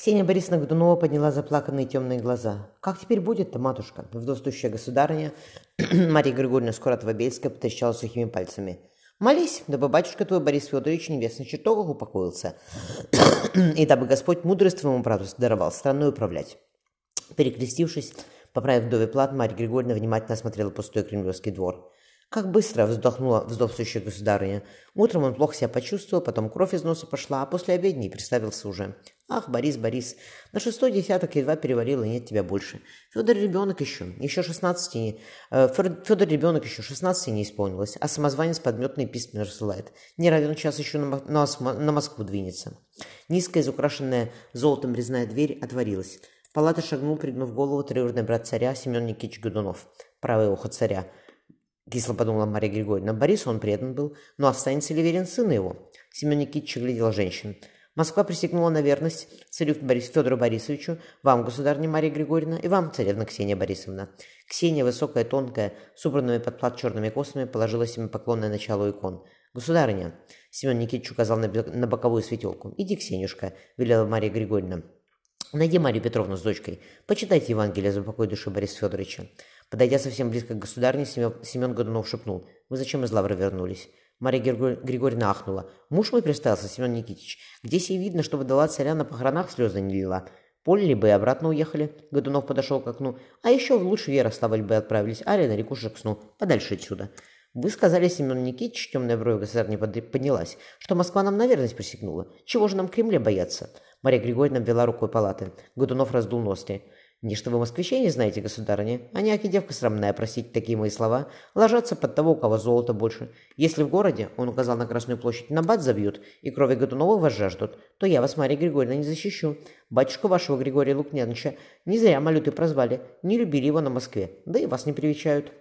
Ксения Борисовна Годунова подняла заплаканные темные глаза. «Как теперь будет-то, матушка?» Вдовствующая государыня Марья Григорьевна Скуратова-Бельская потрещала сухими пальцами. «Молись, дабы батюшка твой Борис Федорович в небесных чертогах упокоился, и дабы Господь мудрость твоему брату даровал страной управлять». Перекрестившись, поправив вдове плат, Марья Григорьевна внимательно осмотрела пустой Кремлевский двор. Как быстро вздохнула вздохнущая государыня. Утром он плохо себя почувствовал, потом кровь из носа пошла, а после обедни представился уже. «Ах, Борис, Борис, на 6-й десяток едва перевалил, и нет тебя больше. Федор ребенок еще 16 не исполнилось, а самозванец подметные письма рассылает. Не равен час еще на Москву двинется». Низкая, изукрашенная золотом резная дверь отворилась. В палату шагнул, пригнув голову, троюродный брат царя Семен Никитич Годунов, правое ухо царя. Кисло подумала Марья Григорьевна. Борису он предан был, но останется ли верен сыну его? Семен Никитич глядел женщин. Москва присягнула на верность царю Федору Борисовичу, вам, государыня Марья Григорьевна, и вам, царевна Ксения Борисовна. Ксения, высокая, тонкая, с убранными под плат черными косами, положила себе поклонное начало икон. «Государыня», — Семен Никитич указал на боковую светелку, — «иди, Ксенюшка», — велела Марья Григорьевна. «Найди Марию Петровну с дочкой. Почитайте Евангелие за упокой души Бориса Федоровича». Подойдя совсем близко к государыне, Семен Годунов шепнул: «Вы зачем из лавры вернулись?» Марья Григорьевна ахнула. «Муж мой приставился, Семен Никитич. Где сей видно, чтобы дала царя на похоронах слезы не лила? Полили бы и обратно уехали». Годунов подошел к окну. «А еще в лучший Ярославль бы отправились, али на реку Шексну, подальше отсюда». «Вы сказали, Семен Никитич, темная бровь государыни поднялась, что Москва нам на верность присягнула. Чего же нам в Кремле бояться?» Марья Григорьевна обвела рукой палаты. Годунов раздул ноздри. «Нечто вы москвичей не знаете, государыня? А няки девка срамная, простите такие мои слова, ложатся под того, у кого золота больше. Если в городе, — он указал на Красную площадь, — набат забьют, и крови Годунова вас жаждут, то я вас, Марья Григорьевна, не защищу. Батюшку вашего Григория Лукьяновича не зря малюты прозвали, не любили его на Москве, да и вас не привечают».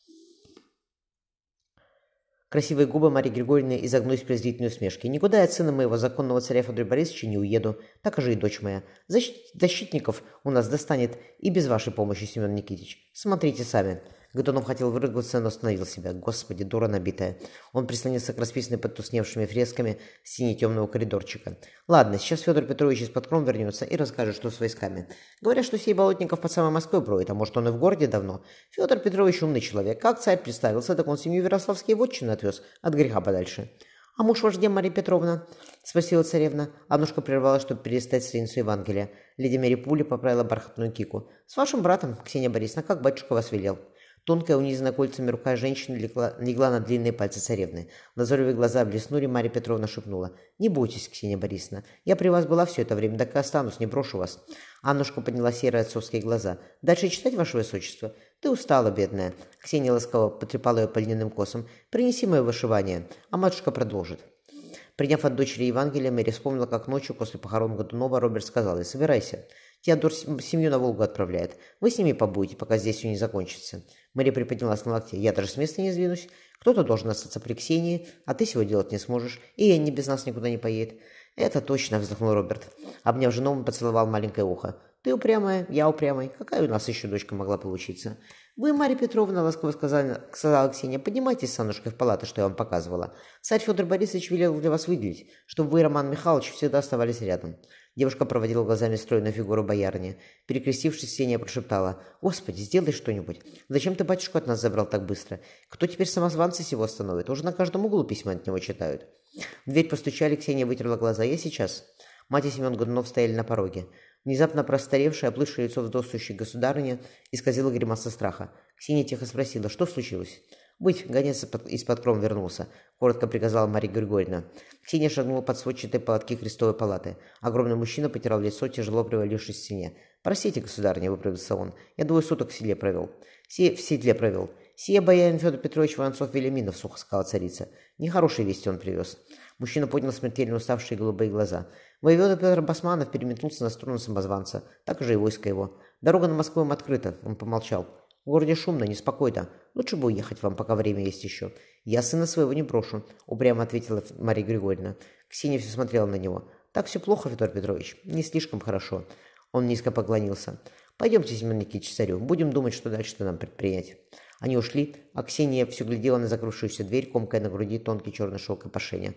Красивые губы Марьи Григорьевны изогнулись в презрительной усмешке. «Никуда я от сына моего законного царя Федора Борисовича не уеду. Так же и дочь моя. Защитников у нас достанет и без вашей помощи, Семен Никитич. Смотрите сами». Годунов хотел выругаться, но остановил себя. Господи, дура набитая. Он прислонился к расписанной подтусневшими фресками стене темного коридорчика. «Ладно, сейчас Федор Петрович из-под кром вернется и расскажет, что с войсками. Говорят, что сей Болотников под самой Москвой броет, а может, он и в городе давно. Федор Петрович умный человек. Как царь представился, так он семью в Ярославские вотчины отвез. От греха подальше». «А муж ваш где, Марья Петровна?» — спросила царевна. Аннушка прервалась, чтобы перестать страницу Евангелия. Леди Мэри Пули поправила бархатную кику. «С вашим братом, Ксения Борисовна, как батюшка вас велел». Тонкая, унизанная кольцами рука женщины легла на длинные пальцы царевны. Лазоревые глаза блеснули, Марья Петровна шепнула: «Не бойтесь, Ксения Борисовна. Я при вас была все это время, так и останусь, не брошу вас». Аннушка подняла серые отцовские глаза. «Дальше читать, ваше высочество?» «Ты устала, бедная». Ксения ласково потрепала ее по льняным косам. «Принеси мое вышивание, а матушка продолжит». Приняв от дочери Евангелие, Мэри вспомнила, как ночью после похорон Годунова Роберт сказал ей: «Собирайся. Теодор семью на Волгу отправляет. Вы с ними побудете, пока здесь все не закончится». Мэри приподнялась на локте. «Я даже с места не сдвинусь. Кто-то должен остаться при Ксении, а ты всего делать не сможешь. И Энни без нас никуда не поедет». «Это точно», — вздохнул Роберт. Обняв жену, он поцеловал маленькое ухо. «Ты упрямая, я упрямый. Какая у нас еще дочка могла получиться?» «Вы, Марья Петровна, — ласково сказала Ксения, — поднимайтесь с Аннушкой в палату, что я вам показывала. Царь Федор Борисович велел для вас выделить, чтобы вы, Роман Михайлович, всегда оставались рядом». Девушка проводила глазами стройную фигуру боярни. Перекрестившись, Ксения прошептала: «Господи, сделай что-нибудь. Зачем ты батюшку от нас забрал так быстро? Кто теперь самозванца сего остановит? Уже на каждом углу письма от него читают». В дверь постучали, Ксения вытерла глаза. «Я сейчас». Мать и Семен Годунов стояли на пороге. Внезапно простаревшее, оплывшее лицо вдовствующей государыни исказило гримаса страха. Ксения тихо спросила: «Что случилось?» «Быть, гонец из-под кром вернулся», — коротко приказала Марья Григорьевна. Ксения шагнула под сводчатые полотки крестовой палаты. Огромный мужчина потирал лицо, тяжело привалившись к стене. «Простите, государыня», — выправился он, — «я 2 суток в седле провел». В седле провел. «Сия боярин Федор Петрович Воронцов-Велиминов», — сухо сказала царица. «Нехорошие вести он привез». Мужчина поднял смертельно уставшие голубые глаза. Воевода Петр Басманов переметнулся на сторону самозванца. Так же и войско его. «Дорога на Москву им открыта», — он помолчал. «В городе шумно, неспокойно. Лучше бы уехать вам, пока время есть еще». «Я сына своего не брошу», — упрямо ответила Марья Григорьевна. Ксения все смотрела на него. «Так все плохо, Федор Петрович. Не слишком хорошо». Он низко поклонился. «Пойдемте, Семен Никитич, царю. Будем думать, что дальше нам предпринять». Они ушли, а Ксения все глядела на закрывшуюся дверь, комкая на груди тонкий черный шелк и пошеня.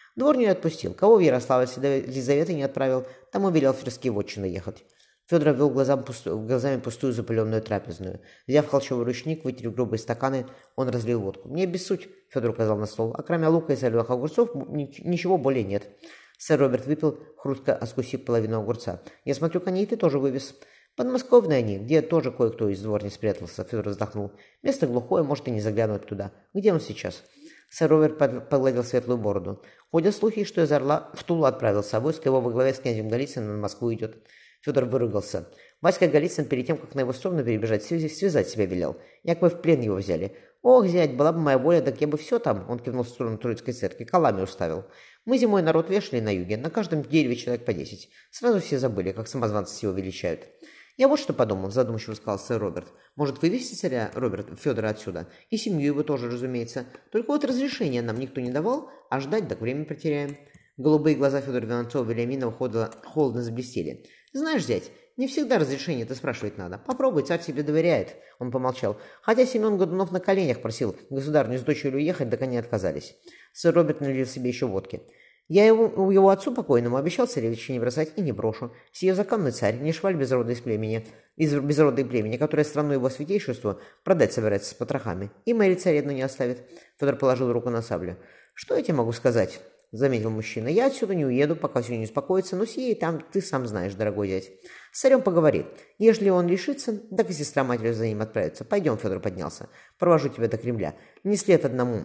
Дворню отпустил. Кого в Ярославль с Елизаветой не отправил, тому велел в Тверские вотчины ехать. Федор обвел глазами пустую запыленную трапезную. Взяв холщовый ручник, вытерев грубые стаканы, он разлил водку. «Мне без суть», — Федор указал на стол. «А кроме лука и соленых огурцов ничего более нет». Сэр Роберт выпил, хрустко откусив половину огурца. «Я смотрю, коней ты тоже вывез». «Подмосковные они, где тоже кое-кто из дворни спрятался», — Федор вздохнул. «Место глухое, может и не заглянуть туда. Где он сейчас?» Сэр Роберт погладил светлую бороду. «Ходят слухи, что из Орла в Тулу отправился, а войско его во главе с князем Голицыным на Москву идет». Федор выругался. Васька Голицын перед тем, как на его сторону перебежать, связать себя велел. Якобы в плен его взяли. «Ох, зять, была бы моя воля, так я бы все там», — он кивнул в сторону Троицкой церкви, колами уставил. «Мы зимой народ вешали на юге, на каждом дереве человек по 10. Сразу все забыли, как самозванцы его величают». «Я вот что подумал», — задумчиво сказал сэр Роберт. «Может, вывести царя Федора отсюда? И семью его тоже, разумеется. Только вот разрешения нам никто не давал, а ждать так время потеряем». Голубые глаза Федора Воронцова-Вильяминова холодно заблестели. «Знаешь, зять, не всегда разрешение-то спрашивать надо. Попробуй, царь тебе доверяет». Он помолчал. «Хотя Семен Годунов на коленях просил государню с дочерью уехать, так они отказались». Сэр Роберт налил себе еще водки. «Я его отцу покойному обещал царевича не бросать и не брошу. Сие законный царь, не шваль безродный из безродной племени, которая страну его святейшеству продать собирается с потрохами. И Мэри царевну не оставит». Федор положил руку на саблю. «Что я тебе могу сказать?» — заметил мужчина. «Я отсюда не уеду, пока все не успокоится, но сие там ты сам знаешь, дорогой дядь. С царем поговори. Ежели он решится, так и сестра матерью за ним отправится. Пойдем», — Федор поднялся. «Провожу тебя до Кремля. Не след одному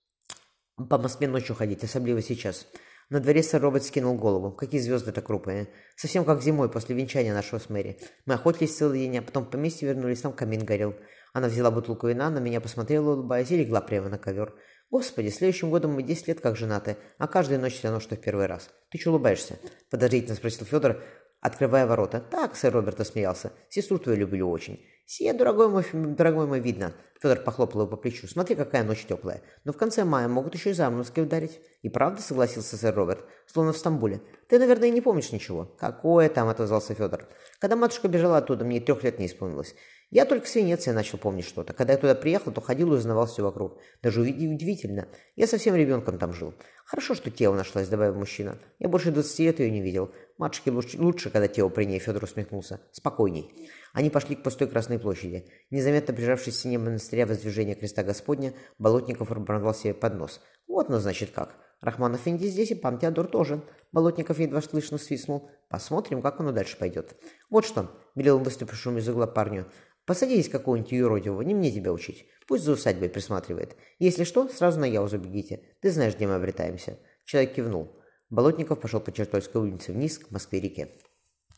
по Москве ночью ходить, особливо сейчас». На дворе сэр Роберт скинул голову. «Какие звезды-то крупные. Совсем как зимой после венчания нашего с Мэри. Мы охотились целый день, а потом в поместье вернулись, там камин горел». Она взяла бутылку вина, на меня посмотрела, улыбаясь, и легла прямо на ковер. «Господи, следующим годом мы 10 лет как женаты, а каждую ночь все равно, что в первый раз. Ты че улыбаешься?» — подозрительно спросил Федор, открывая ворота. «Так», — сэр Роберт осмеялся. «Сестру твою люблю очень». «Сие, дорогой мой, видно». Федор похлопал его по плечу. «Смотри, какая ночь теплая. Но в конце мая могут еще и заморозки ударить». «И правда?» — согласился сэр Роберт. «Словно в Стамбуле. Ты, наверное, не помнишь ничего». «Какое там?» — отозвался Федор. «Когда матушка бежала оттуда, мне 3 лет не исполнилось. Я только с Венеции начал помнить что-то. Когда я туда приехал, то ходил и узнавал все вокруг. Даже удивительно. Я совсем ребенком там жил. Хорошо, что Тео нашлась», — добавил мужчина. «Я больше 20 лет ее не видел. Матушке лучше, когда Тео при ней», — Федор усмехнулся. «Спокойней». Они пошли к пустой Красной площади. Незаметно прижавшись к стене монастыря воздвижения креста Господня, Болотников пробормотал себе под нос. «Вот, ну, значит, как. Рахман Эфенди здесь, и пан Теодор тоже». Болотников едва слышно свистнул. «Посмотрим, как оно дальше пойдет». «Вот что», — велел он выступившему из угла парню, — «посадись какого-нибудь юродивого, не мне тебя учить. Пусть за усадьбой присматривает. Если что, сразу на Яузу бегите. Ты знаешь, где мы обретаемся». Человек кивнул. Болотников пошел по Чертольской улице вниз к Москве-реке.